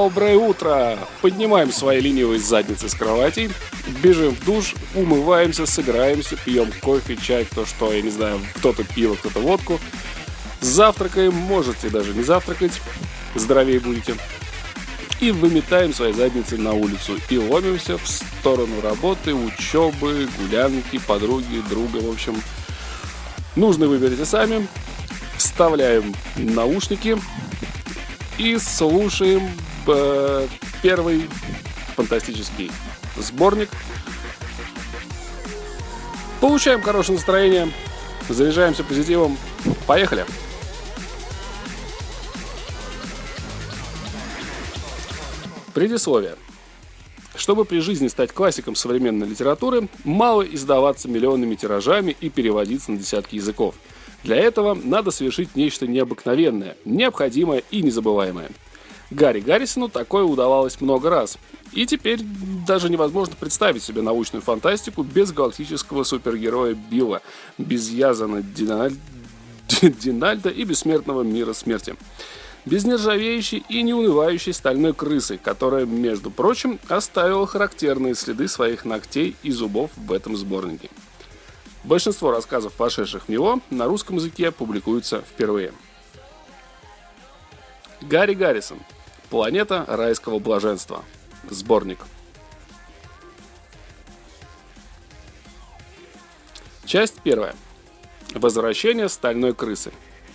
Доброе утро! Поднимаем свои ленивые задницы с кроватей, бежим в душ, умываемся, сыграемся, пьем кофе, чай, кто что, я не знаю, кто-то пиво, кто-то водку. Завтракаем, можете даже не завтракать, здоровее будете. И выметаем свои задницы на улицу и ломимся в сторону работы, учебы, гулянки, подруги, друга, в общем. Нужно выберите сами. Вставляем наушники и слушаем первый фантастический сборник. Получаем хорошее настроение, заряжаемся позитивом. Поехали! Предисловие. Чтобы при жизни стать классиком современной литературы, мало издаваться миллионными тиражами и переводиться на десятки языков. Для этого надо совершить нечто необыкновенное, необходимое и незабываемое. Гарри Гаррисону такое удавалось много раз. И теперь даже невозможно представить себе научную фантастику без галактического супергероя Билла, без Язана Динальда и бессмертного мира смерти. Без нержавеющей и неунывающей стальной крысы, которая, между прочим, оставила характерные следы своих ногтей и зубов в этом сборнике. Большинство рассказов, вошедших в него, на русском языке публикуются впервые. Гарри Гаррисон. Планета райского блаженства. Сборник. Часть первая. Возвращение стальной крысы.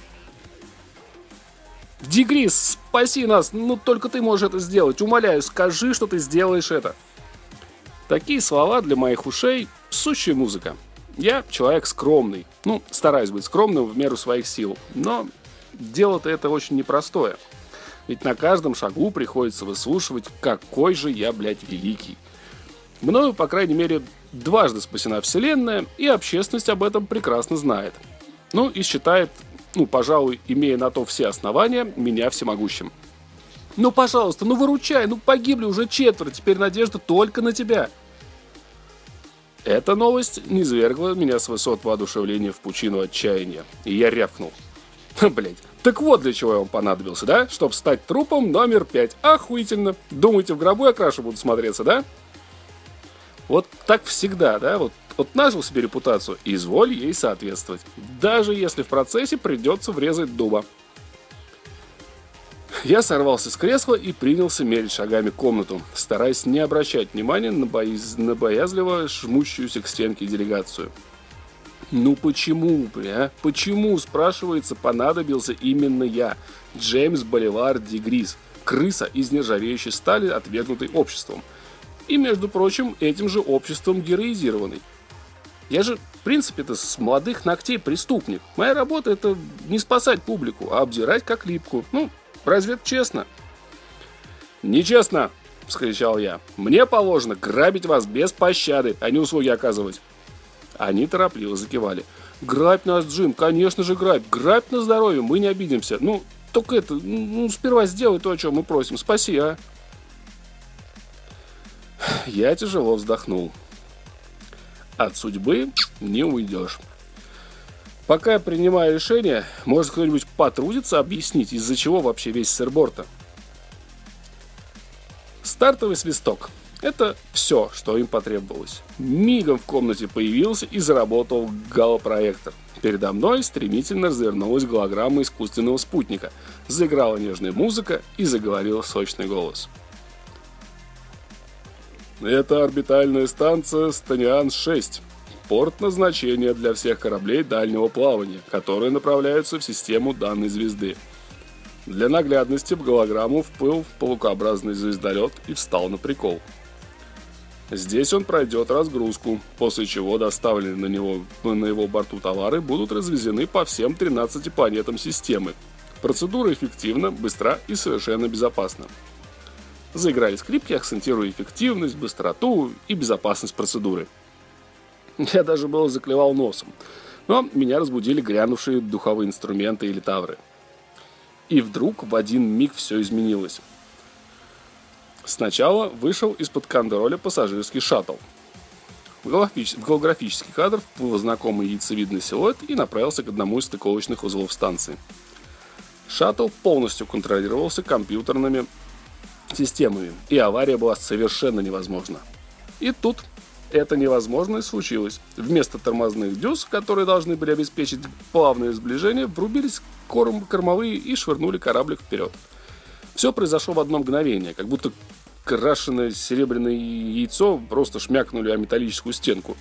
Дигрис, спаси нас! Ну только ты можешь это сделать. Умоляю, скажи, что ты сделаешь это. Такие слова для моих ушей – сущая музыка. Я человек скромный. Стараюсь быть скромным в меру своих сил. Но дело-то это очень непростое. Ведь на каждом шагу приходится выслушивать, какой же я, великий. Мною, по крайней мере, дважды спасена Вселенная, и общественность об этом прекрасно знает. И считает, пожалуй, имея на то все основания, меня всемогущим. Пожалуйста, выручай, погибли уже 4, теперь надежда только на тебя. Эта новость низвергла меня с высот воодушевления в пучину отчаяния, и я рявкнул. Так вот для чего я вам понадобился, да? Чтоб стать трупом номер 5. Охуительно. Думаете, в гробу я краше буду смотреться, да? Вот так всегда, да? Вот нажил себе репутацию, изволь ей соответствовать. Даже если в процессе придется врезать дуба. Я сорвался с кресла и принялся мерить шагами комнату, стараясь не обращать внимания на боязливо жмущуюся к стенке делегацию. Почему, Почему, спрашивается, понадобился именно я, Джеймс Боливар Дигрис, крыса из нержавеющей стали, отвергнутой обществом. И, между прочим, этим же обществом героизированный. Я же, в принципе-то, с молодых ногтей преступник. Моя работа – это не спасать публику, а обдирать как липку. Разве это честно? Нечестно, вскричал я. Мне положено грабить вас без пощады, а не услуги оказывать. Они торопливо закивали. Грабь нас, Джим, конечно же грабь. Грабь на здоровье, мы не обидимся. Только это, сперва сделай то, о чем мы просим. Спаси, а. Я тяжело вздохнул. От судьбы не уйдешь. Пока я принимаю решение, может кто-нибудь потрудится объяснить, из-за чего вообще весь сыр-борта. Стартовый свисток. Это все, что им потребовалось. Мигом в комнате появился и заработал галлопроектор. Передо мной стремительно развернулась голограмма искусственного спутника. Заиграла нежная музыка и заговорил сочный голос. Это орбитальная станция Станиан-6. Порт назначения для всех кораблей дальнего плавания, которые направляются в систему данной звезды. Для наглядности в голограмму вплыл паукообразный звездолет и встал на прикол. Здесь он пройдет разгрузку, после чего доставленные на его борту товары будут развезены по всем 13 планетам системы. Процедура эффективна, быстра и совершенно безопасна. Заиграли скрипки, акцентируя эффективность, быстроту и безопасность процедуры. Я даже было заклевал носом, но меня разбудили грянувшие духовые инструменты и литавры. И вдруг в один миг все изменилось. Сначала вышел из-под контроля пассажирский шаттл. В голографический кадр вплыл знакомый яйцевидный силуэт и направился к одному из стыковочных узлов станции. Шаттл полностью контролировался компьютерными системами, и авария была совершенно невозможна. И тут это невозможное случилось. Вместо тормозных дюз, которые должны были обеспечить плавное сближение, врубились кормовые и швырнули кораблик вперед. Все произошло в одно мгновение, как будто крашеное серебряное яйцо просто шмякнули о металлическую стенку.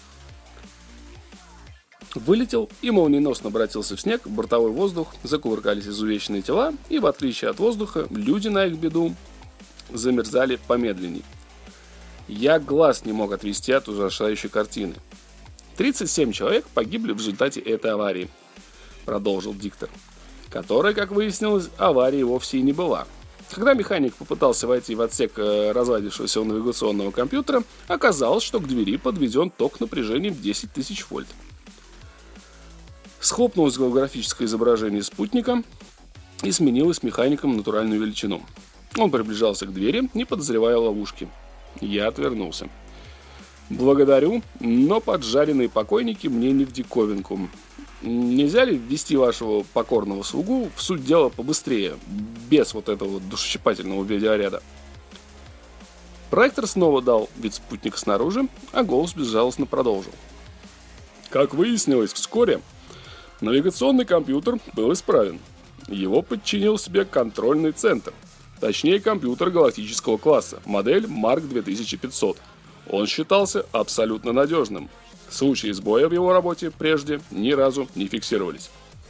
Вылетел и молниеносно обратился в снег, бортовой воздух, закувыркались изувеченные тела, и в отличие от воздуха, люди на их беду замерзали помедленней. Я глаз не мог отвести от ужасающей картины. 37 человек погибли в результате этой аварии, продолжил диктор, которая, как выяснилось, аварией вовсе и не была. Когда механик попытался войти в отсек разладившегося навигационного компьютера, оказалось, что к двери подведен ток напряжением 10 тысяч вольт. Схлопнулось голографическое изображение спутника и сменилось механиком в натуральную величину. Он приближался к двери, не подозревая ловушки. Я отвернулся. Благодарю, но поджаренные покойники мне не в диковинку. Нельзя ли ввести вашего покорного слугу в суть дела побыстрее, без вот этого душещипательного видеоряда? Проектор снова дал вид спутника снаружи, а голос безжалостно продолжил. Как выяснилось вскоре, навигационный компьютер был исправен. Его подчинил себе контрольный центр. Точнее, компьютер галактического класса, модель Марк 2500. Он считался абсолютно надежным. Случаи сбоя в его работе прежде ни разу не фиксировались.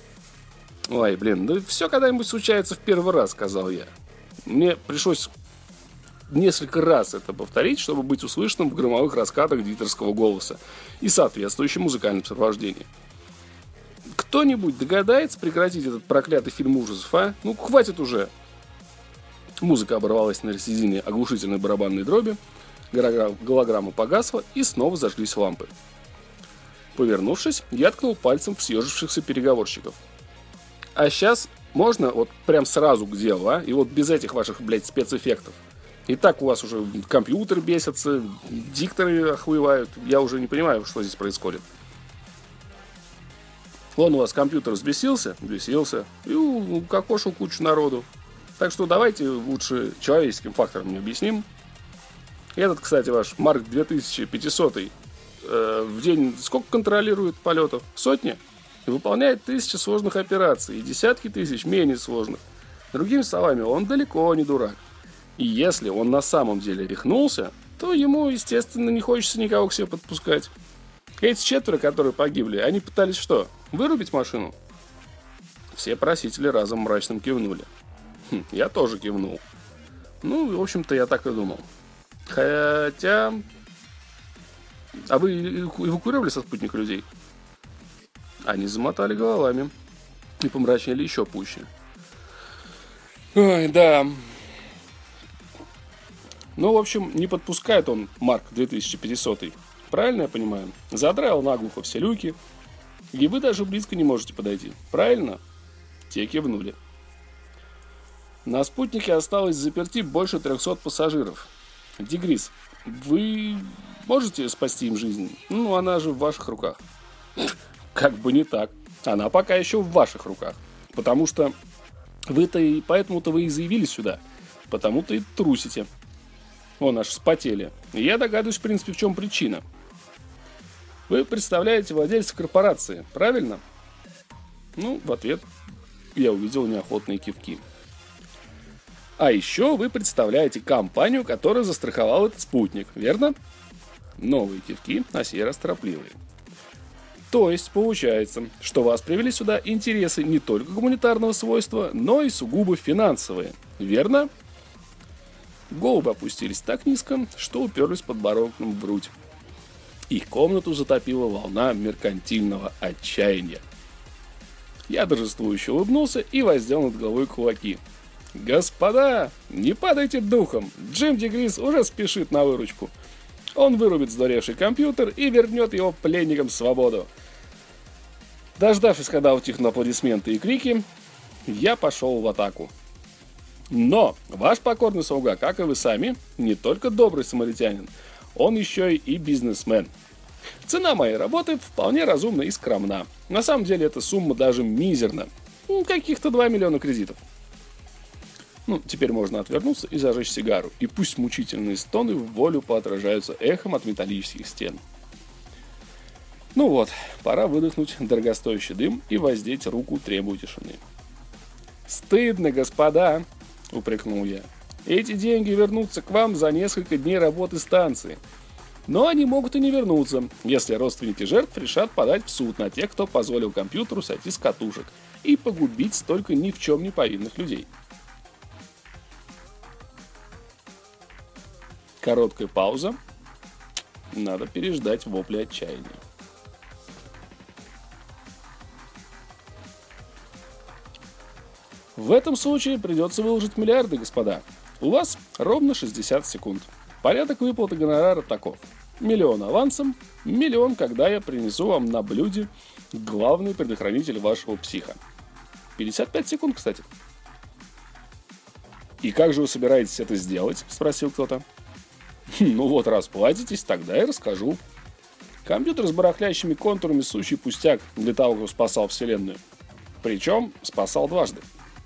Ой, блин, да все когда-нибудь случается в первый раз, сказал я. Мне пришлось несколько раз это повторить, чтобы быть услышанным в громовых раскатах дикторского голоса и соответствующем музыкальном сопровождении. Кто-нибудь догадается прекратить этот проклятый фильм ужасов, а? Ну, хватит уже. Музыка оборвалась на середине оглушительной барабанной дроби, голограмма погасла и снова зажглись лампы. Повернувшись, я ткнул пальцем в съежившихся переговорщиков. А сейчас можно вот прям сразу к делу, а? И вот без этих ваших, блядь, спецэффектов. И так у вас уже компьютер бесится, дикторы охуевают. Я уже не понимаю, что здесь происходит. Вон у вас компьютер взбесился, и укокошил кучу народу. Так что давайте лучше человеческим фактором не объясним. Этот, кстати, ваш Марк 2500 в день сколько контролирует полетов? Сотни? И выполняет 1000 сложных операций и десятки тысяч менее сложных. Другими словами, он далеко не дурак. И если он на самом деле рехнулся, то ему, естественно, не хочется никого к себе подпускать. Эти 4, которые погибли, они пытались что? Вырубить машину? Все просители разом мрачно кивнули. Я тоже кивнул. Ну, в общем-то, я так и думал. Хотя... А вы эвакуировали со спутника людей? Они замотали головами и помрачнели еще пуще. Ой, да. Ну, в общем, не подпускает он Марк 2500. Правильно я понимаю? Задраил наглухо все люки. И вы даже близко не можете подойти. Правильно? Те кивнули. На спутнике осталось заперти больше 300 пассажиров. Дегрис, вы можете спасти им жизнь? Ну, она же в ваших руках. Как бы не так. Она пока еще в ваших руках. Потому что вы-то и поэтому-то вы и заявились сюда. Потому-то и трусите. Вон аж вспотели. И я догадываюсь, в принципе, в чем причина. Вы представляете владельца корпорации, правильно? Ну, в ответ я увидел неохотные кивки. А еще вы представляете компанию, которая застраховала этот спутник, верно? Новые кивки, на сей раз торопливые. То есть, получается, что вас привели сюда интересы не только гуманитарного свойства, но и сугубо финансовые, верно? Голубы опустились так низко, что уперлись подбородком в грудь. Их комнату затопила волна меркантильного отчаяния. Я торжествующе улыбнулся и воздел над головой кулаки. «Господа, не падайте духом! Джим Дегрис уже спешит на выручку. Он вырубит сдуревший компьютер и вернет его пленникам свободу». Дождавшись, когда утихнут аплодисменты и крики, я пошел в атаку. Но ваш покорный слуга, как и вы сами, не только добрый самаритянин, он еще и бизнесмен. Цена моей работы вполне разумна и скромна. На самом деле эта сумма даже мизерна. Каких-то 2 миллиона кредитов. Теперь можно отвернуться и зажечь сигару, и пусть мучительные стоны в волю поотражаются эхом от металлических стен. Пора выдохнуть дорогостоящий дым и воздеть руку, требуя тишины. «Стыдно, господа!» — упрекнул я. «Эти деньги вернутся к вам за несколько дней работы станции. Но они могут и не вернуться, если родственники жертв решат подать в суд на тех, кто позволил компьютеру сойти с катушек и погубить столько ни в чем не повинных людей». Короткая пауза. Надо переждать вопли отчаяния. В этом случае придется выложить миллиарды, господа. У вас ровно 60 секунд. Порядок выплаты гонорара таков. 1 000 000 авансом, 1 000 000, когда я принесу вам на блюде главный предохранитель вашего психа. 55 секунд, кстати. «И как же вы собираетесь это сделать?» – спросил кто-то. Расплатитесь, тогда и расскажу. Компьютер с барахлящими контурами – сущий пустяк для того, кто спасал вселенную. Причем спасал дважды.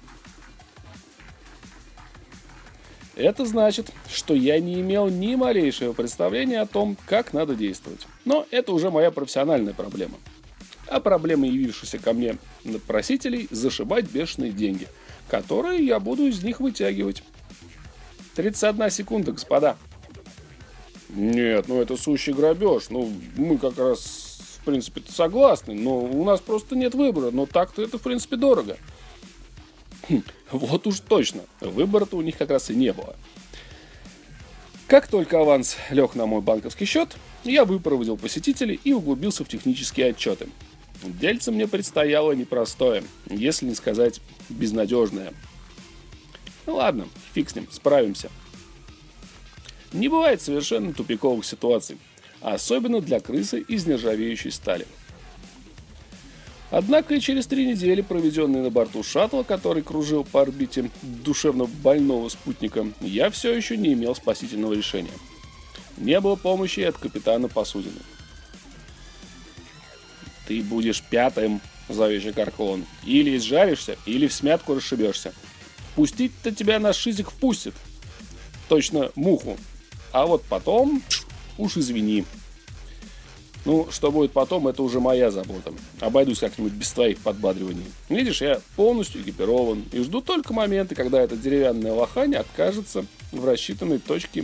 Это значит, что я не имел ни малейшего представления о том, как надо действовать. Но это уже моя профессиональная проблема. А проблема явившихся ко мне просителей – зашибать бешеные деньги, которые я буду из них вытягивать. 31 секунда, господа. Нет, это сущий грабеж. Мы как раз, в принципе, согласны, но у нас просто нет выбора. Но так-то это, в принципе, дорого. Вот уж точно, выбора-то у них как раз и не было. Как только аванс лег на мой банковский счет, я выпроводил посетителей и углубился в технические отчеты. Дельце мне предстояло непростое, если не сказать безнадежное. Ладно, фиг с ним, справимся. Не бывает совершенно тупиковых ситуаций, особенно для крысы из нержавеющей стали. Однако и через 3 недели, проведенные на борту шаттла, который кружил по орбите душевно больного спутника, я все еще не имел спасительного решения. Не было помощи и от капитана посудины. «Ты будешь 5-м», — зловеще каркал он. «Или изжаришься, или в смятку расшибешься. Пустить-то тебя на шизик впустит. Точно муху. А вот потом, уж извини. Что будет потом, это уже моя забота. Обойдусь как-нибудь без твоих подбадриваний. Видишь, я полностью экипирован и жду только момента, когда эта деревянная лохань окажется в рассчитанной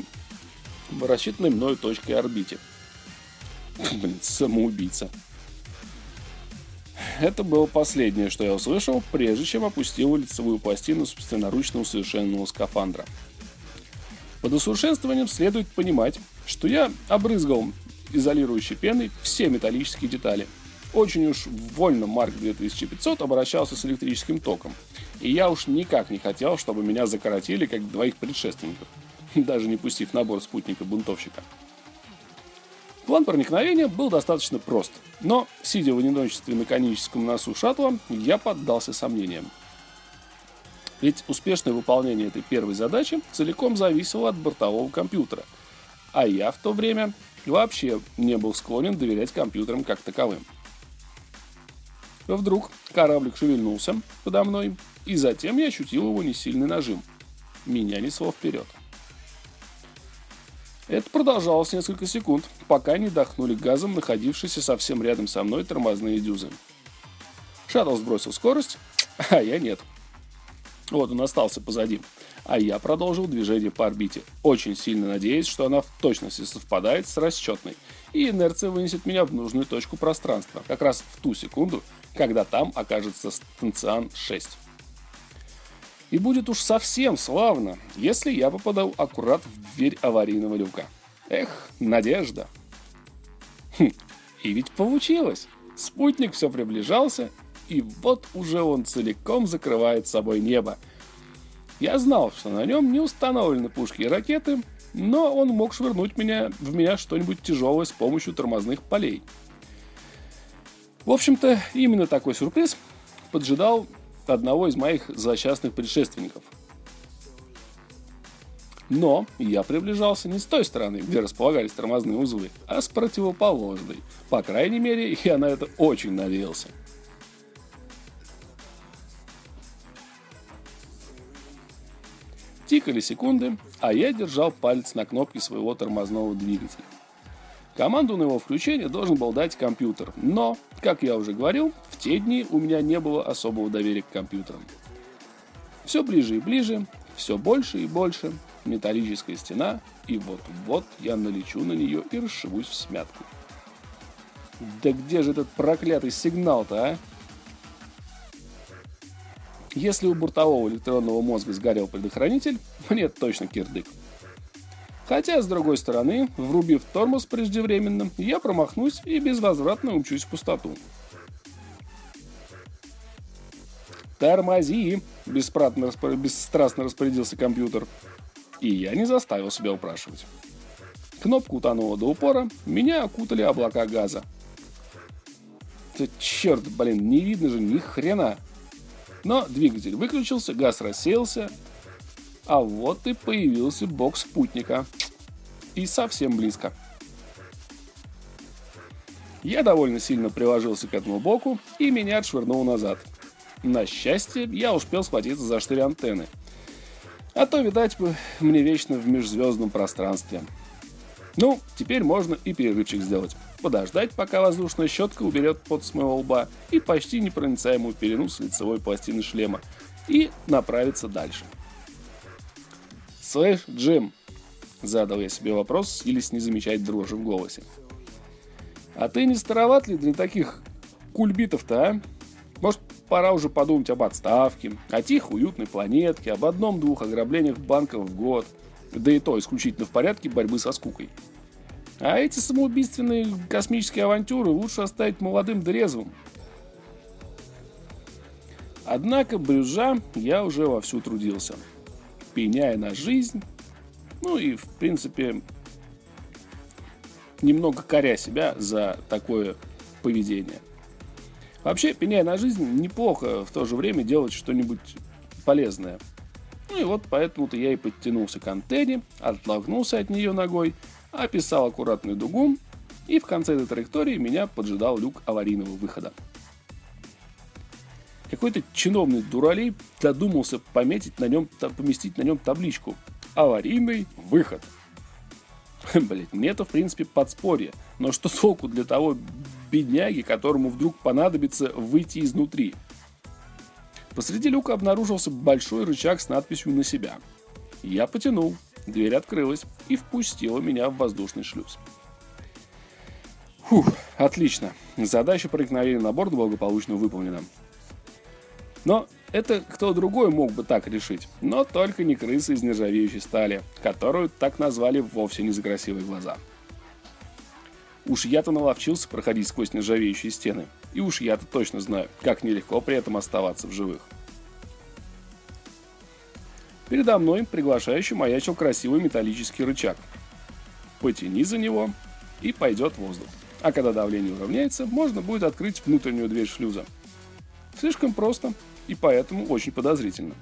мною точкой орбите». Самоубийца. Это было последнее, что я услышал, прежде чем опустил лицевую пластину собственноручно усовершенного скафандра. Под усовершенствованием следует понимать, что я обрызгал изолирующей пеной все металлические детали. Очень уж вольно Марк 2500 обращался с электрическим током, и я уж никак не хотел, чтобы меня закоротили, как двоих предшественников, даже не пустив на борт спутника-бунтовщика. План проникновения был достаточно прост, но, сидя в одиночестве на коническом носу шаттла, я поддался сомнениям. Ведь успешное выполнение этой первой задачи целиком зависело от бортового компьютера, а я в то время вообще не был склонен доверять компьютерам как таковым. Вдруг кораблик шевельнулся подо мной, и затем я ощутил его несильный нажим. Меня несло вперед. Это продолжалось несколько секунд, пока не дохнули газом находившиеся совсем рядом со мной тормозные дюзы. Шаттл сбросил скорость, а я нет. Вот он остался позади, а я продолжил движение по орбите, очень сильно надеясь, что она в точности совпадает с расчетной, и инерция вынесет меня в нужную точку пространства, как раз в ту секунду, когда там окажется Станциан-6. И будет уж совсем славно, если я попаду аккурат в дверь аварийного люка. Эх, надежда. И ведь получилось. Спутник все приближался, и вот уже он целиком закрывает собой небо. Я знал, что на нем не установлены пушки и ракеты, но он мог швырнуть в меня что-нибудь тяжелое с помощью тормозных полей. В общем-то, именно такой сюрприз поджидал одного из моих злосчастных предшественников. Но я приближался не с той стороны, где располагались тормозные узлы, а с противоположной. По крайней мере, я на это очень надеялся. Тикали секунды, а я держал палец на кнопке своего тормозного двигателя. Команду на его включение должен был дать компьютер, но, как я уже говорил, в те дни у меня не было особого доверия к компьютерам. Все ближе и ближе, все больше и больше, металлическая стена, и вот-вот я налечу на нее и расшибусь в смятку. Да где же этот проклятый сигнал-то, а? Если у бортового электронного мозга сгорел предохранитель, мне точно кирдык. Хотя, с другой стороны, врубив тормоз преждевременно, я промахнусь и безвозвратно умчусь в пустоту. «Тормози!» – бесстрастно распорядился компьютер. И я не заставил себя упрашивать. Кнопка утонула до упора, меня окутали облака газа. Да черт, не видно же ни хрена. Но двигатель выключился, газ рассеялся, а вот и появился бок спутника. И совсем близко. Я довольно сильно приложился к этому боку, и меня отшвырнуло назад. На счастье, я успел схватиться за штырь антенны. А то, видать бы, мне вечно в межзвездном пространстве. Ну, теперь можно и перерывчик сделать. Подождать, пока воздушная щетка уберет пот с моего лба и почти непроницаемую пелену с лицевой пластины шлема, и направиться дальше. «Слышь, Джим», — задал я себе вопрос, силясь не замечать дрожи в голосе. «А ты не староват ли для таких кульбитов-то, а? Может, пора уже подумать об отставке, о тихой, уютной планетке, об одном-двух ограблениях банков в год, да и то исключительно в порядке борьбы со скукой. А эти самоубийственные космические авантюры лучше оставить молодым да резвым». Однако, брюзжа, я уже вовсю трудился, пеняя на жизнь, ну и, в принципе, немного коря себя за такое поведение. Вообще, пеняя на жизнь, неплохо в то же время делать что-нибудь полезное. Ну и вот поэтому-то я и подтянулся к антенне, оттолкнулся от нее ногой, описал аккуратную дугу, и в конце этой траектории меня поджидал люк аварийного выхода. Какой-то чиновный дуралей додумался поместить на нем табличку «Аварийный выход». Блять, мне-то в принципе подспорье, но что толку для того бедняги, которому вдруг понадобится выйти изнутри? Посреди люка обнаружился большой рычаг с надписью «На себя». Я потянул, дверь открылась и впустила меня в воздушный шлюз. Фух, отлично. Задача проникновения на борт благополучно выполнена. Но это кто другой мог бы так решить, но только не крыса из нержавеющей стали, которую так назвали вовсе не за красивые глаза. Уж я-то наловчился проходить сквозь нержавеющие стены, и уж я-то точно знаю, как нелегко при этом оставаться в живых. Передо мной приглашающе маячил красивый металлический рычаг. Потяни за него, и пойдет воздух. А когда давление уравняется, можно будет открыть внутреннюю дверь шлюза. Слишком просто и поэтому очень подозрительно.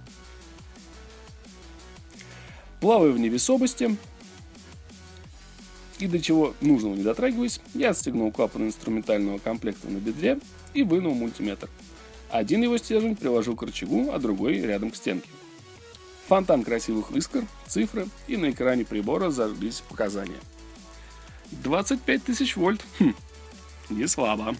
Плавая в невесомости и до чего нужного не дотрагиваясь, я отстегнул клапан инструментального комплекта на бедре и вынул мультиметр. Один его стержень приложил к рычагу, а другой рядом к стенке. Фонтан красивых искр, цифры, и на экране прибора зажглись показания. 25 тысяч вольт. Не слабо.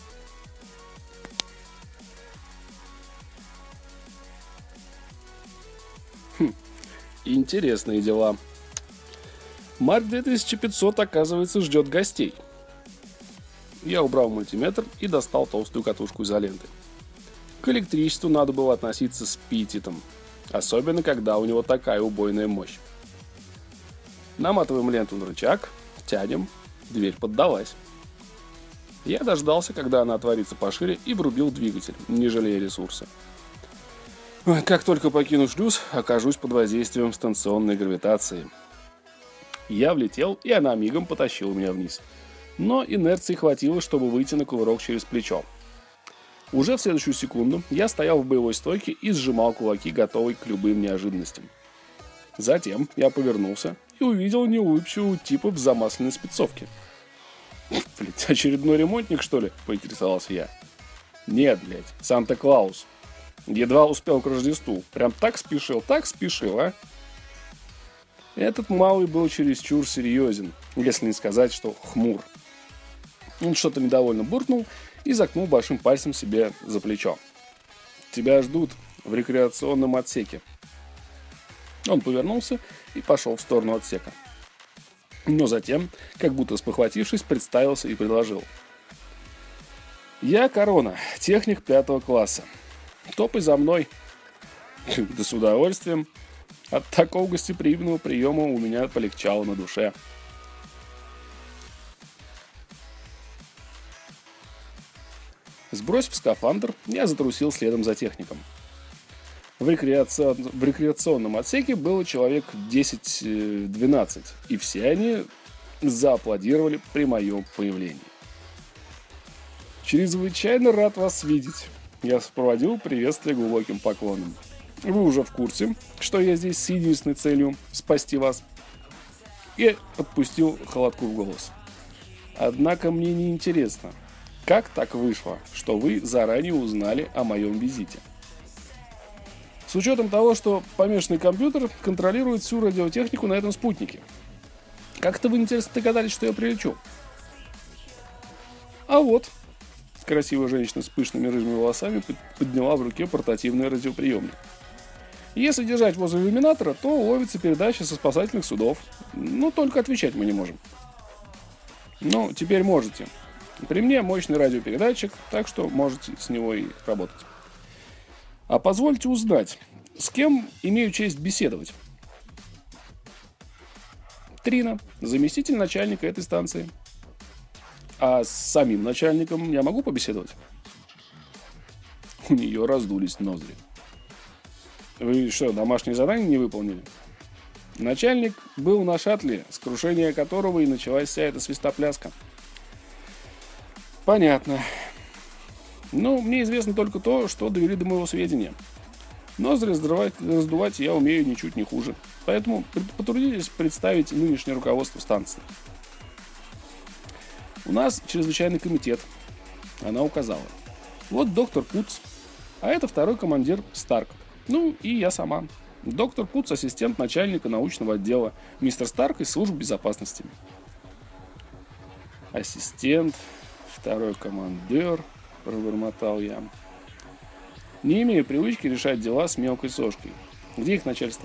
Интересные дела. Марк 2500, оказывается, ждет гостей. Я убрал мультиметр и достал толстую катушку изоленты. К электричеству надо было относиться с пиететом, особенно когда у него такая убойная мощь. Наматываем ленту на рычаг, тянем, дверь поддалась. Я дождался, когда она отворится пошире, и врубил двигатель, не жалея ресурса. Как только покину шлюз, окажусь под воздействием станционной гравитации. Я влетел, и она мигом потащила меня вниз. Но инерции хватило, чтобы выйти на кувырок через плечо. Уже в следующую секунду я стоял в боевой стойке и сжимал кулаки, готовый к любым неожиданностям. Затем я повернулся и увидел неулыбчивого типа в замасленной спецовке. «Блядь, очередной ремонтник, что ли?» – поинтересовался я. «Нет, блядь, Санта-Клаус. Едва успел к Рождеству. Прям так спешил, а?» Этот малый был чересчур серьезен, если не сказать, что хмур. Он что-то недовольно буркнул и закнул большим пальцем себе за плечо. «Тебя ждут в рекреационном отсеке». Он повернулся и пошел в сторону отсека. Но затем, как будто спохватившись, представился и предложил. «Я Корона, техник 5 класса. Топай за мной». «Да с удовольствием». От такого гостеприимного приема у меня полегчало на душе. Сбросив скафандр, я затрусил следом за техником. В рекреационном отсеке было человек 10-12, и все они зааплодировали при моем появлении. «Чрезвычайно рад вас видеть!» Я сопроводил приветствие глубоким поклоном. «Вы уже в курсе, что я здесь с единственной целью спасти вас?» И отпустил холодку в голос. «Однако мне не интересно, как так вышло, что вы заранее узнали о моем визите? С учетом того, что помешанный компьютер контролирует всю радиотехнику на этом спутнике. Как это вы, интересно, догадались, что я прилечу?» «А вот», красивая женщина с пышными рыжими волосами подняла в руке портативный радиоприемник. «Если держать возле иллюминатора, то ловится передача со спасательных судов. Но только отвечать мы не можем». «Ну, теперь можете. При мне мощный радиопередатчик, так что можете с него и работать. А позвольте узнать, с кем имею честь беседовать?» «Трина, заместитель начальника этой станции». «А с самим начальником я могу побеседовать?» У нее раздулись ноздри. «Вы что, домашнее задание не выполнили?» Начальник был на шаттле, с крушения которого и началась вся эта свистопляска. «Понятно. Ну, мне известно только то, что довели до моего сведения. Ноздри раздувать я умею ничуть не хуже. Поэтому потрудитесь представить нынешнее руководство станции». «У нас чрезвычайный комитет», — она указала. «Вот доктор Пуц, а это второй командир Старк. Ну и я сама. Доктор Пуц — ассистент начальника научного отдела, мистер Старк из службы безопасности». «Ассистент, второй командир», — пробормотал я. «Не имею привычки решать дела с мелкой сошкой. Где их начальство?»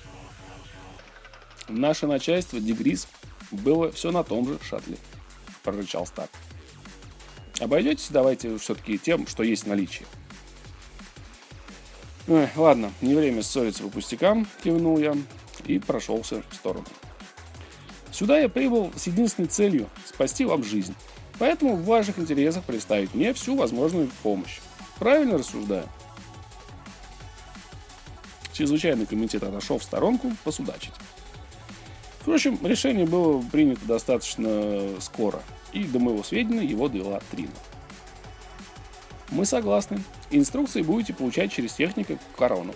«Наше начальство, Дегрис, было все на том же шаттле», — прорычал Старк. «Обойдетесь давайте все-таки тем, что есть в наличии». «Ладно, не время ссориться по пустякам», — кивнул я и прошелся в сторону. «Сюда я прибыл с единственной целью — спасти вам жизнь. Поэтому в ваших интересах представить мне всю возможную помощь. Правильно рассуждаю?» Чрезвычайный комитет отошел в сторонку посудачить. Впрочем, решение было принято достаточно скоро, и до моего сведения его довела Трина. «Мы согласны. Инструкции будете получать через техника Корону».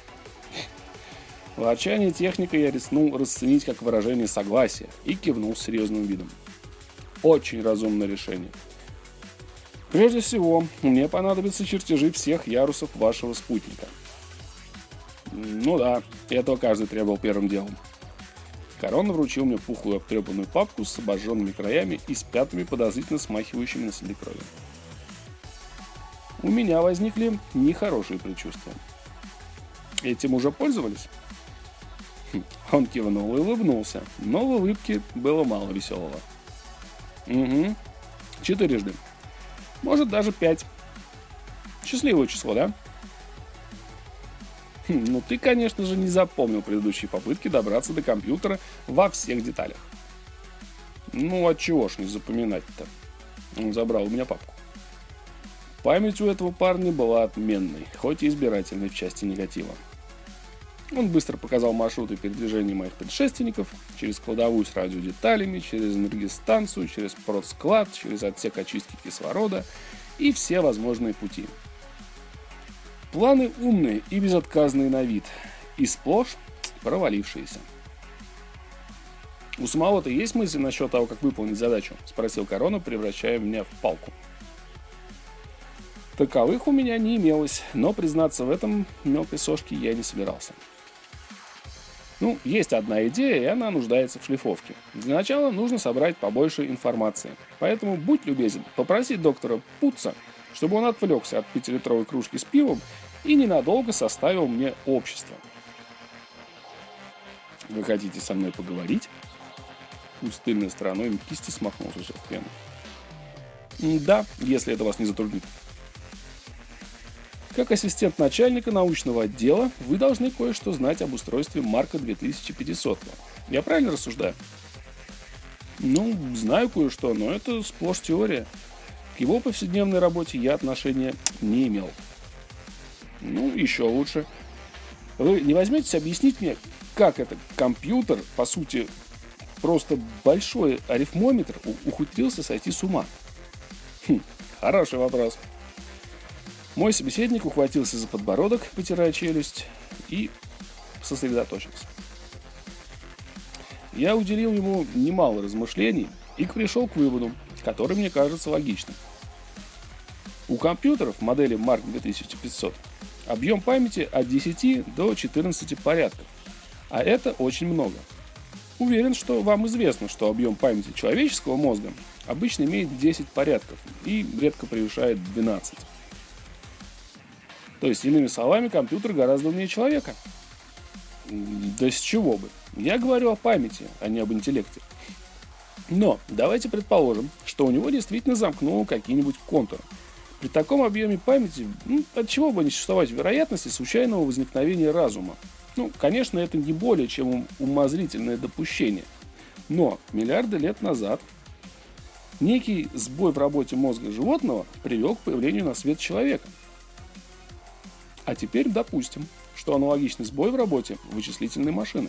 Ворчание техника я рискнул расценить как выражение согласия и кивнул с серьезным видом. «Очень разумное решение. Прежде всего, мне понадобятся чертежи всех ярусов вашего спутника». «Ну да, этого каждый требовал первым делом». Корона вручил мне пухлую обтрепанную папку с обожженными краями и с пятнами, подозрительно смахивающими на следы крови. У меня возникли нехорошие предчувствия. «Этим уже пользовались?» Он кивнул и улыбнулся, но в улыбке было мало веселого. «Угу. 4. Может, даже 5. Счастливое число, да?» «Ну ты, конечно же, не запомнил предыдущие попытки добраться до компьютера во всех деталях». «Ну, отчего ж не запоминать-то?» Он забрал у меня папку. Память у этого парня была отменной, хоть и избирательной в части негатива. Он быстро показал маршруты передвижения моих предшественников через кладовую с радиодеталями, через энергостанцию, через продсклад, через отсек очистки кислорода и все возможные пути. Планы умные и безотказные на вид, и сплошь провалившиеся. «У самого-то есть мысли насчет того, как выполнить задачу?» — спросил Корона, превращая меня в палку. Таковых у меня не имелось, но признаться в этом мелкой сошке я не собирался. Ну, есть одна идея, и она нуждается в шлифовке. Для начала нужно собрать побольше информации. Поэтому будь любезен, попроси доктора Путца, чтобы он отвлекся от 5-литровой кружки с пивом и ненадолго составил мне общество. Вы хотите со мной поговорить? С тыльной стороной кисти смахнул кусок пены. Да, если это вас не затруднит. Как ассистент начальника научного отдела, вы должны кое-что знать об устройстве Марка 2500. Я правильно рассуждаю? Ну, знаю кое-что, но это сплошь теория. К его повседневной работе я отношения не имел. Ну, еще лучше. Вы не возьметесь объяснить мне, как это компьютер, по сути, просто большой арифмометр, ухитрился сойти с ума? Хороший вопрос. Мой собеседник ухватился за подбородок, потирая челюсть, и сосредоточился. Я уделил ему немало размышлений и пришел к выводу, который мне кажется логичным. У компьютеров модели Mark 2500 объем памяти от 10 до 14 порядков, а это очень много. Уверен, что вам известно, что объем памяти человеческого мозга обычно имеет 10 порядков и редко превышает 12. То есть, иными словами, компьютер гораздо умнее человека. Да с чего бы? Я говорю о памяти, а не об интеллекте. Но давайте предположим, что у него действительно замкнуло какие-нибудь контуры. При таком объеме памяти, от чего бы не существовать вероятности случайного возникновения разума? Ну, конечно, это не более чем умозрительное допущение. Но миллиарды лет назад некий сбой в работе мозга животного привел к появлению на свет человека. А теперь допустим, что аналогичный сбой в работе вычислительной машины.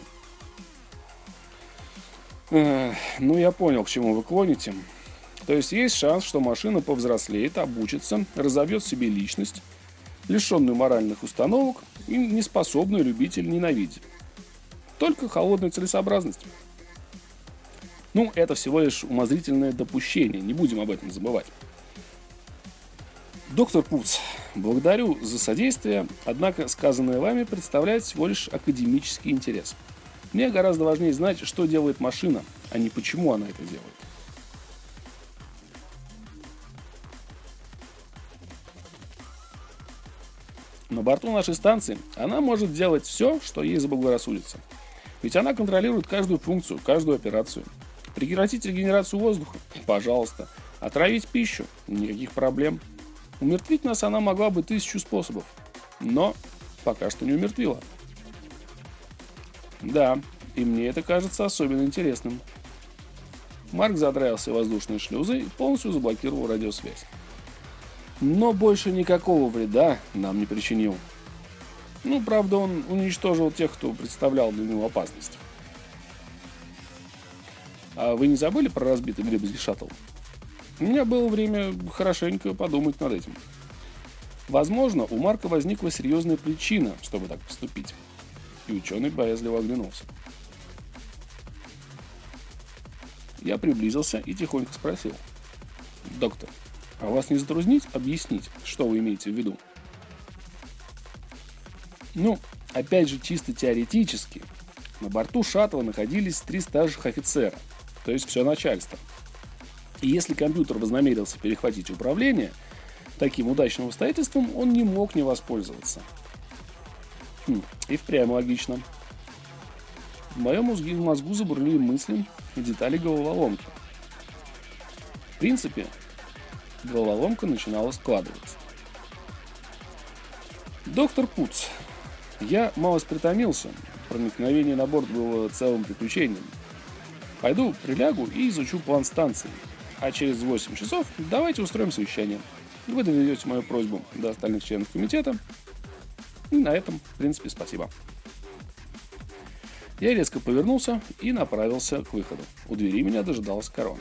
Ну, я понял, к чему вы клоните. То есть есть шанс, что машина повзрослеет, обучится, разовьет себе личность, лишенную моральных установок и неспособную любить или ненавидеть. Только холодная целесообразность. Ну, это всего лишь умозрительное допущение, не будем об этом забывать. Доктор Путц, благодарю за содействие, однако сказанное вами представляет всего лишь академический интерес. Мне гораздо важнее знать, что делает машина, а не почему она это делает. На борту нашей станции она может делать все, что ей заблагорассудится. Ведь она контролирует каждую функцию, каждую операцию. Прекратить регенерацию воздуха? Пожалуйста. Отравить пищу? Никаких проблем. Умертвить нас она могла бы 1000 способов. Но пока что не умертвила. Да, и мне это кажется особенно интересным. Марк задраил все воздушные шлюзы и полностью заблокировал радиосвязь. Но больше никакого вреда нам не причинил. Ну, правда, он уничтожил тех, кто представлял для него опасность. А вы не забыли про разбитый Гребельский шаттл? У меня было время хорошенько подумать над этим. Возможно, у Марка возникла серьезная причина, чтобы так поступить. И ученый боязливо оглянулся. Я приблизился и тихонько спросил. Доктор, а вас не затруднить объяснить, что вы имеете в виду? Ну, опять же, чисто теоретически, на борту шаттла находились 3 старших офицера, то есть все начальство. И если компьютер вознамерился перехватить управление, таким удачным обстоятельством он не мог не воспользоваться. И впрямь логично. В моем мозгу забурлили мысли и детали головоломки. В принципе, головоломка начинала складываться. Доктор Путц, я малость притомился. Проникновение на борт было целым приключением. Пойду прилягу и изучу план станции. А через 8 часов давайте устроим совещание. Вы доведете мою просьбу до остальных членов комитета. И на этом, в принципе, спасибо. Я резко повернулся и направился к выходу. У двери меня дожидалась корона.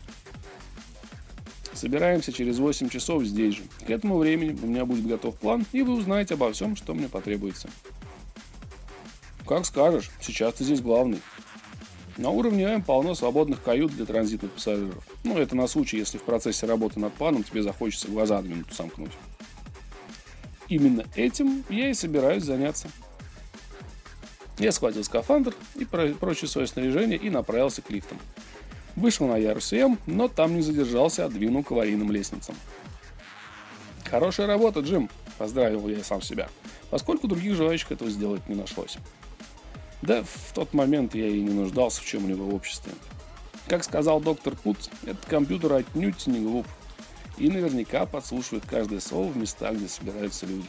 Собираемся через 8 часов здесь же. К этому времени у меня будет готов план, и вы узнаете обо всем, что мне потребуется. Как скажешь, сейчас ты здесь главный. На уровне М полно свободных кают для транзитных пассажиров. Ну, это на случай, если в процессе работы над планом тебе захочется глаза на минуту сомкнуть. Именно этим я и собираюсь заняться. Я схватил скафандр и прочее свое снаряжение и направился к лифтам. Вышел на ярус М, но там не задержался, а двинул к аварийным лестницам. «Хорошая работа, Джим!» – поздравил я сам себя, поскольку других желающих этого сделать не нашлось. Да, в тот момент я и не нуждался в чем-либо в обществе. Как сказал доктор Путц, этот компьютер отнюдь не глуп и наверняка подслушивает каждое слово в местах, где собираются люди.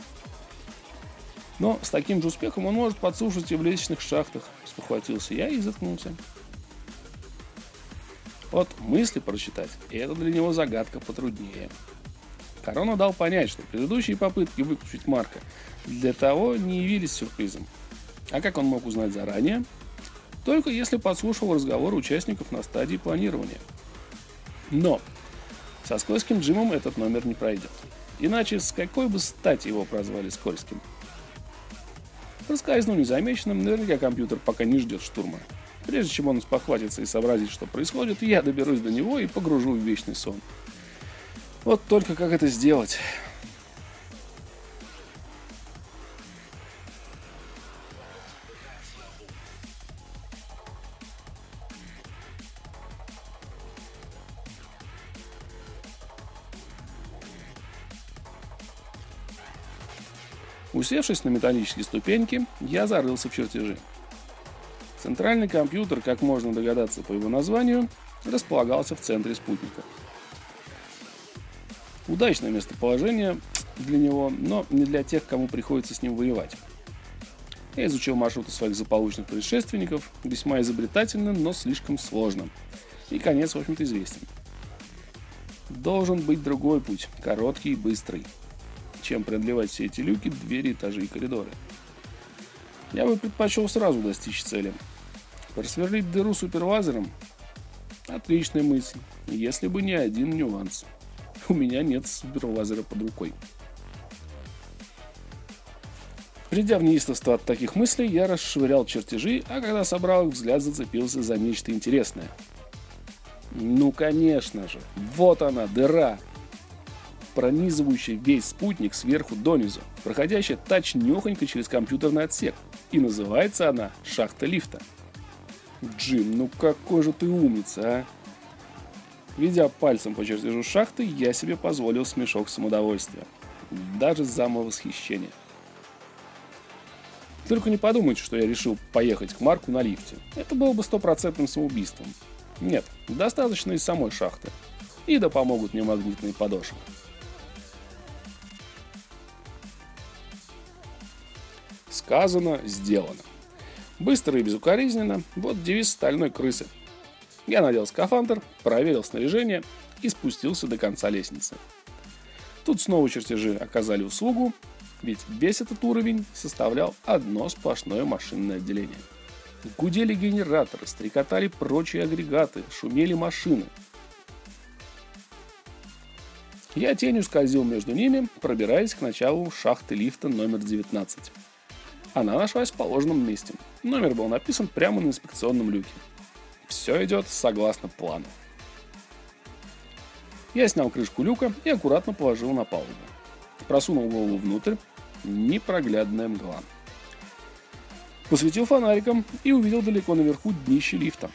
Но с таким же успехом он может подслушивать и в лестничных шахтах, спохватился я и заткнулся. Вот мысли прочитать, и это для него загадка потруднее. Корона дал понять, что предыдущие попытки выключить Марка для того не явились сюрпризом. А как он мог узнать заранее? Только если подслушал разговор участников на стадии планирования. Но со скользким Джимом этот номер не пройдет. Иначе с какой бы стати его прозвали скользким? Проскользнув незамеченным, наверняка компьютер пока не ждет штурма. Прежде чем он спохватится и сообразит, что происходит, я доберусь до него и погружу в вечный сон. Вот только как это сделать? Усевшись на металлические ступеньки, я зарылся в чертежи. Центральный компьютер, как можно догадаться по его названию, располагался в центре спутника. Удачное местоположение для него, но не для тех, кому приходится с ним воевать. Я изучил маршруты своих злополучных предшественников, весьма изобретательно, но слишком сложно. И конец, в общем-то, известен. Должен быть другой путь, короткий и быстрый, чем преодолевать все эти люки, двери, этажи и коридоры. Я бы предпочел сразу достичь цели. Просверлить дыру суперлазером – отличная мысль, если бы не один нюанс. У меня нет суперлазера под рукой. Придя в неистовство от таких мыслей, я расшвырял чертежи, а когда собрал их, взгляд зацепился за нечто интересное. Ну, конечно же, вот она, дыра, пронизывающая весь спутник сверху донизу, проходящая точнёхонько через компьютерный отсек. И называется она «Шахта лифта». Джим, ну какой же ты умница, а! Ведя пальцем по чертежу шахты, я себе позволил смешок самодовольствия. Даже самовосхищения. Только не подумайте, что я решил поехать к Марку на лифте. Это было бы стопроцентным самоубийством. Нет, достаточно из самой шахты. И да помогут мне магнитные подошвы. Сказано, сделано. Быстро и безукоризненно, вот девиз стальной крысы. Я надел скафандр, проверил снаряжение и спустился до конца лестницы. Тут снова чертежи оказали услугу, ведь весь этот уровень составлял одно сплошное машинное отделение. Гудели генераторы, стрекотали прочие агрегаты, шумели машины. Я тенью скользил между ними, пробираясь к началу шахты лифта номер 19. Она нашлась в положенном месте. Номер был написан прямо на инспекционном люке. Все идет согласно плану. Я снял крышку люка и аккуратно положил на палубу. Просунул голову внутрь. Непроглядная мгла. Посветил фонариком и увидел далеко наверху днище лифта.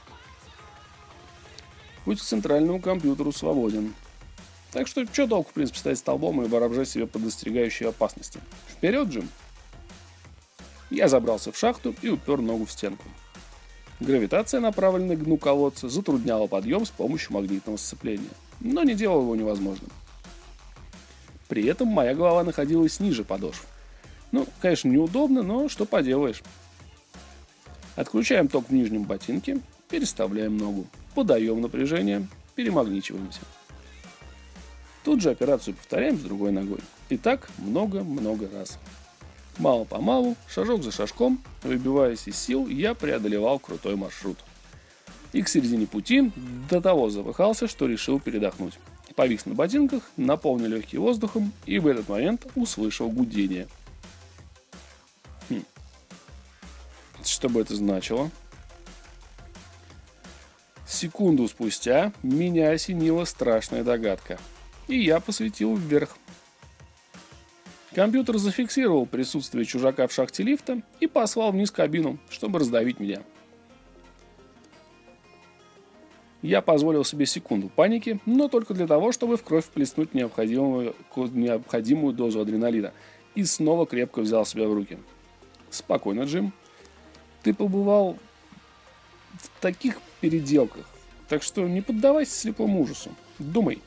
Путь к центральному компьютеру свободен. Так что, что толку, в принципе, стоять столбом и вооружать себя подостерегающей опасности? Вперед, Джим! Я забрался в шахту и упер ногу в стенку. Гравитация, направленная к дну колодца, затрудняла подъем с помощью магнитного сцепления, но не делала его невозможным. При этом моя голова находилась ниже подошв. Ну, конечно, неудобно, но что поделаешь. Отключаем ток в нижнем ботинке, переставляем ногу, подаем напряжение, перемагничиваемся. Тут же операцию повторяем с другой ногой. И так много-много раз. Мало-помалу, шажок за шажком, выбиваясь из сил, я преодолевал крутой маршрут. И к середине пути до того запыхался, что решил передохнуть. Повис на ботинках, наполнил легкие воздухом и в этот момент услышал гудение. Что бы это значило? Секунду спустя меня осенила страшная догадка. И я посветил вверх. Компьютер зафиксировал присутствие чужака в шахте лифта и послал вниз кабину, чтобы раздавить меня. Я позволил себе секунду паники, но только для того, чтобы в кровь вплеснуть необходимую дозу адреналина, и снова крепко взял себя в руки. Спокойно, Джим. Ты побывал в таких переделках, так что не поддавайся слепому ужасу. Думай.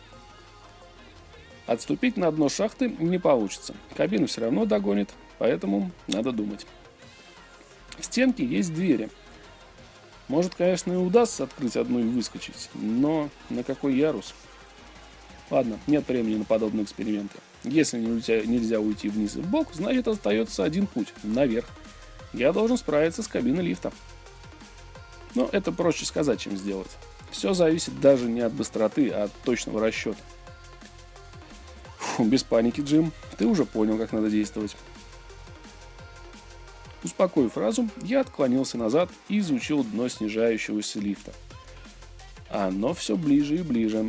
Отступить на дно шахты не получится. Кабину все равно догонит, поэтому надо думать. В стенке есть двери. Может, конечно, и удастся открыть одну и выскочить, но на какой ярус? Ладно, нет времени на подобные эксперименты. Если нельзя уйти вниз и вбок, значит остается один путь – наверх. Я должен справиться с кабиной лифта. Но это проще сказать, чем сделать. Все зависит даже не от быстроты, а от точного расчета. Фу, без паники, Джим. Ты уже понял, как надо действовать. Успокоив разум, я отклонился назад и изучил дно снижающегося лифта. Оно все ближе и ближе.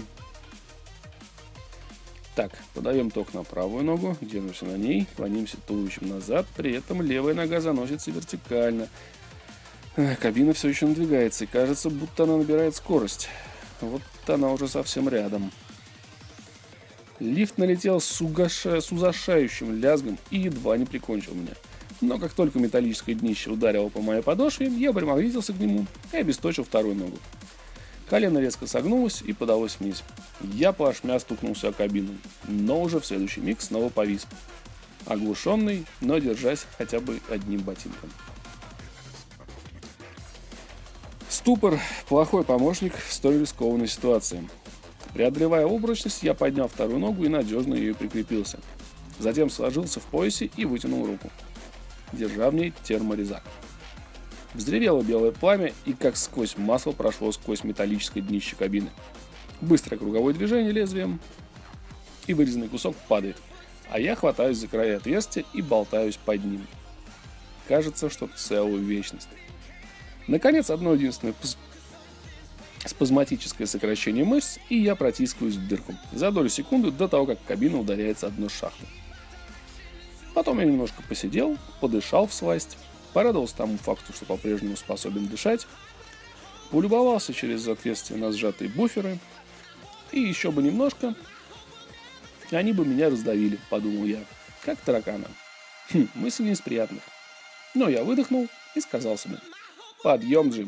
Так, подаем ток на правую ногу, держимся на ней, клонимся туловищем назад, при этом левая нога заносится вертикально. Кабина все еще надвигается, и кажется, будто она набирает скорость. Вот она уже совсем рядом. Лифт налетел с ужасающим лязгом и едва не прикончил меня. Но как только металлическое днище ударило по моей подошве, я примагнитился к нему и обесточил вторую ногу. Колено резко согнулось и подалось вниз. Я плашмя стукнулся о кабину, но уже в следующий миг снова повис. Оглушенный, но держась хотя бы одним ботинком. Ступор – плохой помощник в столь рискованной ситуации. Преодолевая обручность, я поднял вторую ногу и надежно ее прикрепился. Затем сложился в поясе и вытянул руку, держа в ней терморезак. Взревело белое пламя и как сквозь масло прошло сквозь металлическое днище кабины. Быстрое круговое движение лезвием, и вырезанный кусок падает, а я хватаюсь за края отверстия и болтаюсь под ним. Кажется, что целую вечность. Наконец, одно единственное спазматическое сокращение мышц, и я протискиваюсь в дырку за долю секунды до того, как кабина ударяется о дно шахты. Потом я немножко посидел, подышал всласть, порадовался тому факту, что по-прежнему способен дышать, полюбовался через отверстие на сжатые буферы, и еще бы немножко, и они бы меня раздавили, подумал я, как таракана. Мысль не из приятных. Но я выдохнул и сказал себе: подъем, Джим.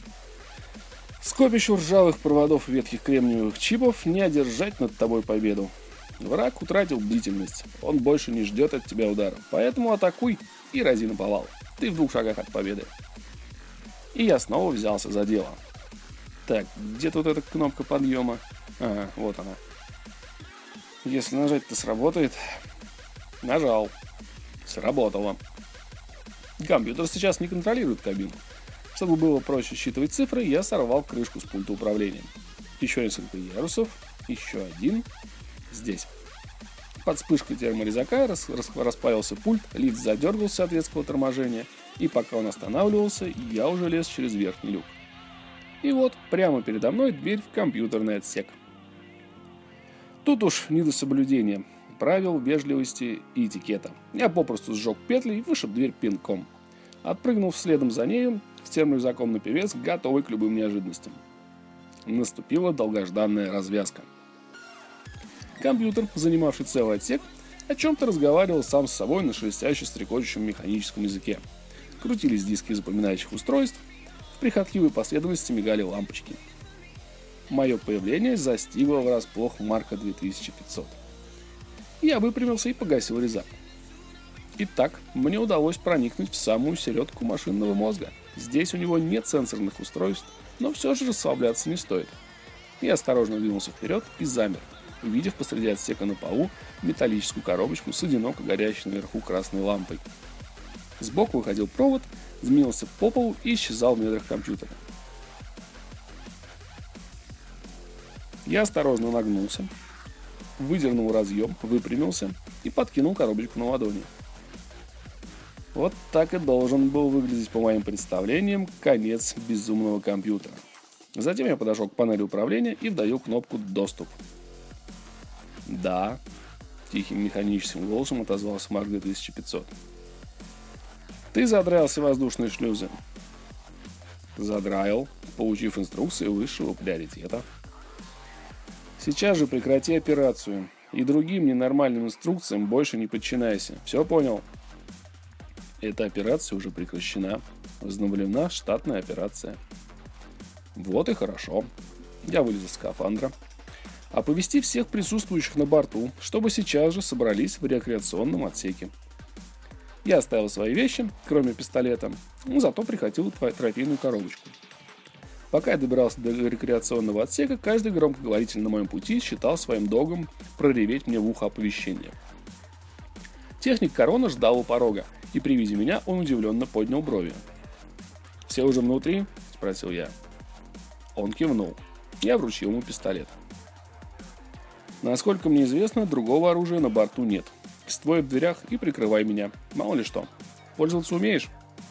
Скопищу ржавых проводов и ветхих кремниевых чипов не одержать над тобой победу. Враг утратил бдительность, он больше не ждет от тебя удара, поэтому атакуй и рази наповал. Ты в 2 шагах от победы. И я снова взялся за дело. Так, где тут эта кнопка подъема? Ага, вот она. Если нажать-то сработает. Нажал. Сработало. Компьютер сейчас не контролирует кабину. Чтобы было проще считывать цифры, я сорвал крышку с пульта управления. Еще несколько ярусов. Еще один. Здесь. Под вспышкой терморезака расплавился пульт, лифт задергался от резкого торможения, и пока он останавливался, я уже лез через верхний люк. И вот, прямо передо мной дверь в компьютерный отсек. Тут уж не до соблюдения правил вежливости и этикета. Я попросту сжег петли и вышиб дверь пинком. Отпрыгнув следом за нею, с терморезаком наперевес, готовый к любым неожиданностям. Наступила долгожданная развязка. Компьютер, занимавший целый отсек, о чем-то разговаривал сам с собой на шелестяще стрекочущем механическом языке. Крутились диски запоминающих устройств, в прихотливой последовательности мигали лампочки. Мое появление застигло врасплох Марка 2500. Я выпрямился и погасил резак. Итак, мне удалось проникнуть в самую середку машинного мозга. Здесь у него нет сенсорных устройств, но все же расслабляться не стоит. Я осторожно двинулся вперед и замер, увидев посреди отсека на полу металлическую коробочку с одиноко горящей наверху красной лампой. Сбоку выходил провод, змеился по полу и исчезал в недрах компьютера. Я осторожно нагнулся, выдернул разъем, выпрямился и подкинул коробочку на ладони. Вот так и должен был выглядеть, по моим представлениям, конец безумного компьютера. Затем я подошел к панели управления и вдавил кнопку «Доступ». Да, — тихим механическим голосом отозвался Марк 2500. «Ты задрал все воздушные шлюзы». «Задраил, получив инструкции высшего приоритета». «Сейчас же прекрати операцию. И другим ненормальным инструкциям больше не подчиняйся. Все понял?» «Эта операция уже прекращена. Возобновлена штатная операция». «Вот и хорошо». Я вылез из скафандра. «Оповести всех присутствующих на борту, чтобы сейчас же собрались в рекреационном отсеке». Я оставил свои вещи, кроме пистолета, но зато прихватил трофейную коробочку. Пока я добирался до рекреационного отсека, каждый громкоговоритель на моем пути считал своим долгом прореветь мне в ухо оповещение. Техник Корона ждал у порога, и при виде меня он удивленно поднял брови. «Все уже внутри?» – спросил я. Он кивнул. Я вручил ему пистолет. «Насколько мне известно, другого оружия на борту нет. Стой в дверях и прикрывай меня. Мало ли что. Пользоваться умеешь?»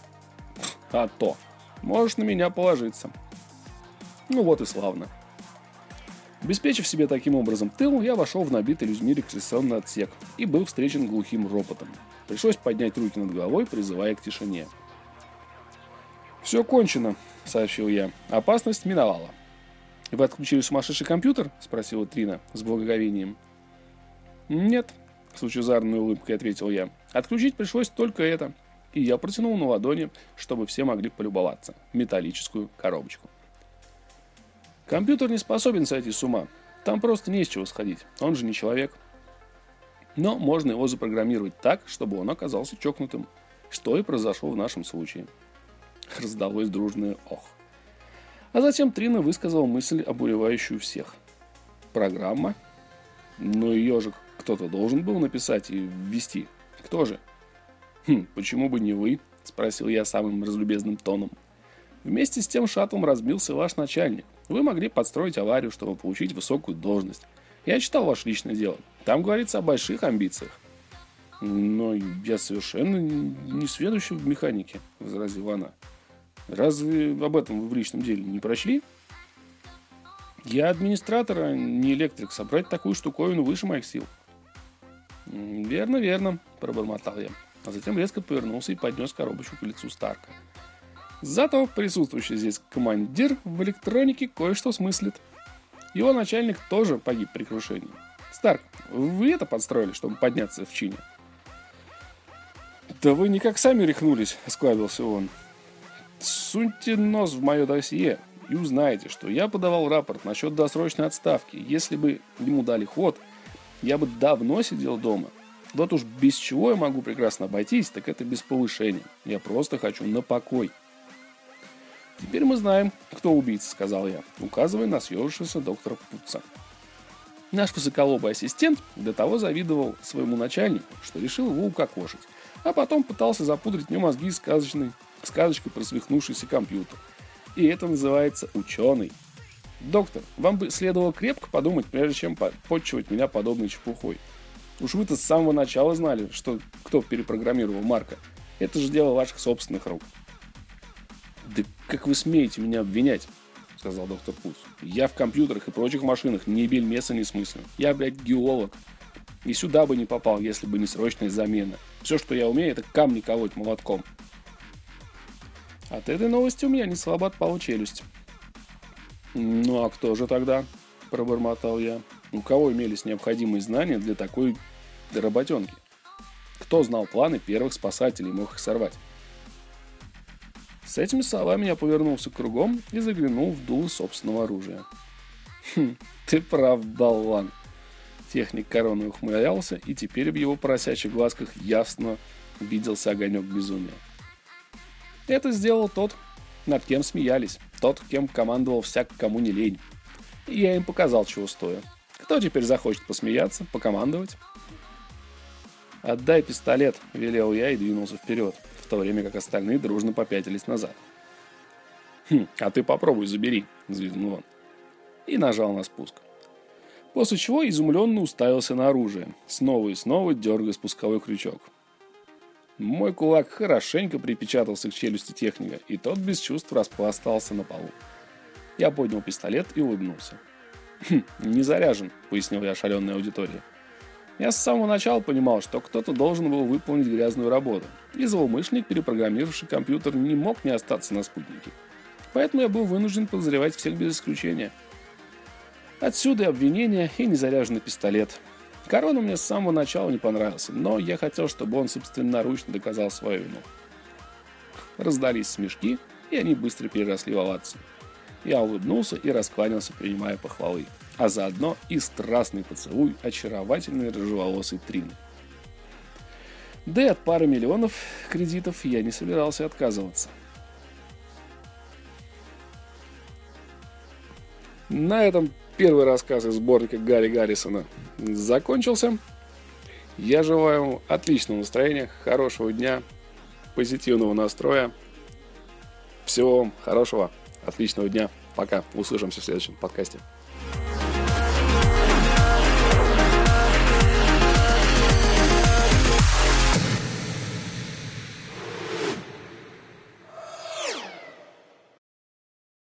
«А то. Можешь на меня положиться». Ну вот и славно. Обеспечив себе таким образом тыл, я вошел в набитый людьми рекреационный отсек и был встречен глухим ропотом. Пришлось поднять руки над головой, призывая к тишине. «Все кончено», — сообщил я. «Опасность миновала». «Вы отключили сумасшедший компьютер?» — спросила Трина с благоговением. «Нет», — с лучезарной улыбкой ответил я. «Отключить пришлось только это». И я протянул на ладони, чтобы все могли полюбоваться, металлическую коробочку. Компьютер не способен сойти с ума. Там просто не с чего сходить. Он же не человек. Но можно его запрограммировать так, чтобы он оказался чокнутым. Что и произошло в нашем случае. Раздалось дружное «ох». А затем Трина высказала мысль, обуревающую всех. Программа? Но ее же кто-то должен был написать и ввести. Кто же? «Почему бы не вы?» – спросил я самым разлюбезным тоном. «Вместе с тем шаттлом разбился ваш начальник. Вы могли подстроить аварию, чтобы получить высокую должность. Я читал ваше личное дело. Там говорится о больших амбициях». «Но я совершенно не сведущий в механике», – возразила она. «Разве об этом вы в личном деле не прочли?» «Я администратор, а не электрик. Собрать такую штуковину выше моих сил». «Верно, верно», – пробормотал я. А затем резко повернулся и поднес коробочку к лицу Старка. Зато присутствующий здесь командир в электронике кое-что смыслит. Его начальник тоже погиб при крушении. Старк, вы это подстроили, чтобы подняться в чине? «Да вы никак сами рехнулись», — осклабился он. «Суньте нос в мое досье и узнаете, что я подавал рапорт насчет досрочной отставки. Если бы ему дали ход, я бы давно сидел дома. Вот уж без чего я могу прекрасно обойтись, так это без повышения. Я просто хочу на покой». «Теперь мы знаем, кто убийца», — сказал я, указывая на съежившегося доктора Путца. Наш высоколобый ассистент до того завидовал своему начальнику, что решил его укокошить, а потом пытался запудрить мне мозги сказочкой про свихнувшийся компьютер. И это называется ученый. «Доктор, вам бы следовало крепко подумать, прежде чем подчивать меня подобной чепухой. Уж вы-то с самого начала знали, что кто перепрограммировал Марка. Это же дело ваших собственных рук». «Да как вы смеете меня обвинять?» — сказал доктор Путц. «Я в компьютерах и прочих машинах ни бельмеса не смыслю. Я, блядь, геолог. И сюда бы не попал, если бы не срочная замена. Все, что я умею, это камни колоть молотком». От этой новости у меня не слабо отпала челюсть. «Ну а кто же тогда?» — пробормотал я. «У кого имелись необходимые знания для такой работенки? Кто знал планы первых спасателей и мог их сорвать?» С этими словами я повернулся кругом и заглянул в дуло собственного оружия. «Ты прав, болван!» Техник Короны ухмылялся, и теперь в его поросячьих глазках ясно виделся огонек безумия. Это сделал тот, над кем смеялись, тот, кем командовал всяк, кому не лень. И я им показал, чего стою. Кто теперь захочет посмеяться, покомандовать? «Отдай пистолет», — велел я и двинулся вперед, в то время как остальные дружно попятились назад. «А ты попробуй, забери», — взвизгнул он. И нажал на спуск. После чего изумленно уставился на оружие, снова и снова дергая спусковой крючок. Мой кулак хорошенько припечатался к челюсти техника, и тот без чувств распластался на полу. Я поднял пистолет и улыбнулся. «Не заряжен», — пояснил я ошаленной аудитории. Я с самого начала понимал, что кто-то должен был выполнить грязную работу, и злоумышленник, перепрограммировавший компьютер, не мог не остаться на спутнике. Поэтому я был вынужден подозревать всех без исключения. Отсюда и обвинения, и незаряженный пистолет. Корона мне с самого начала не понравился, но я хотел, чтобы он собственноручно доказал свою вину. Раздались смешки, и они быстро переросли в овации. Я улыбнулся и раскланялся, принимая похвалы, а заодно и страстный поцелуй очаровательной рыжеволосой Трины. Да и от пары миллионов кредитов я не собирался отказываться. На этом первый рассказ из сборника Гарри Гаррисона закончился. Я желаю вам отличного настроения, хорошего дня, позитивного настроя. Всего вам хорошего, отличного дня. Пока. Услышимся в следующем подкасте.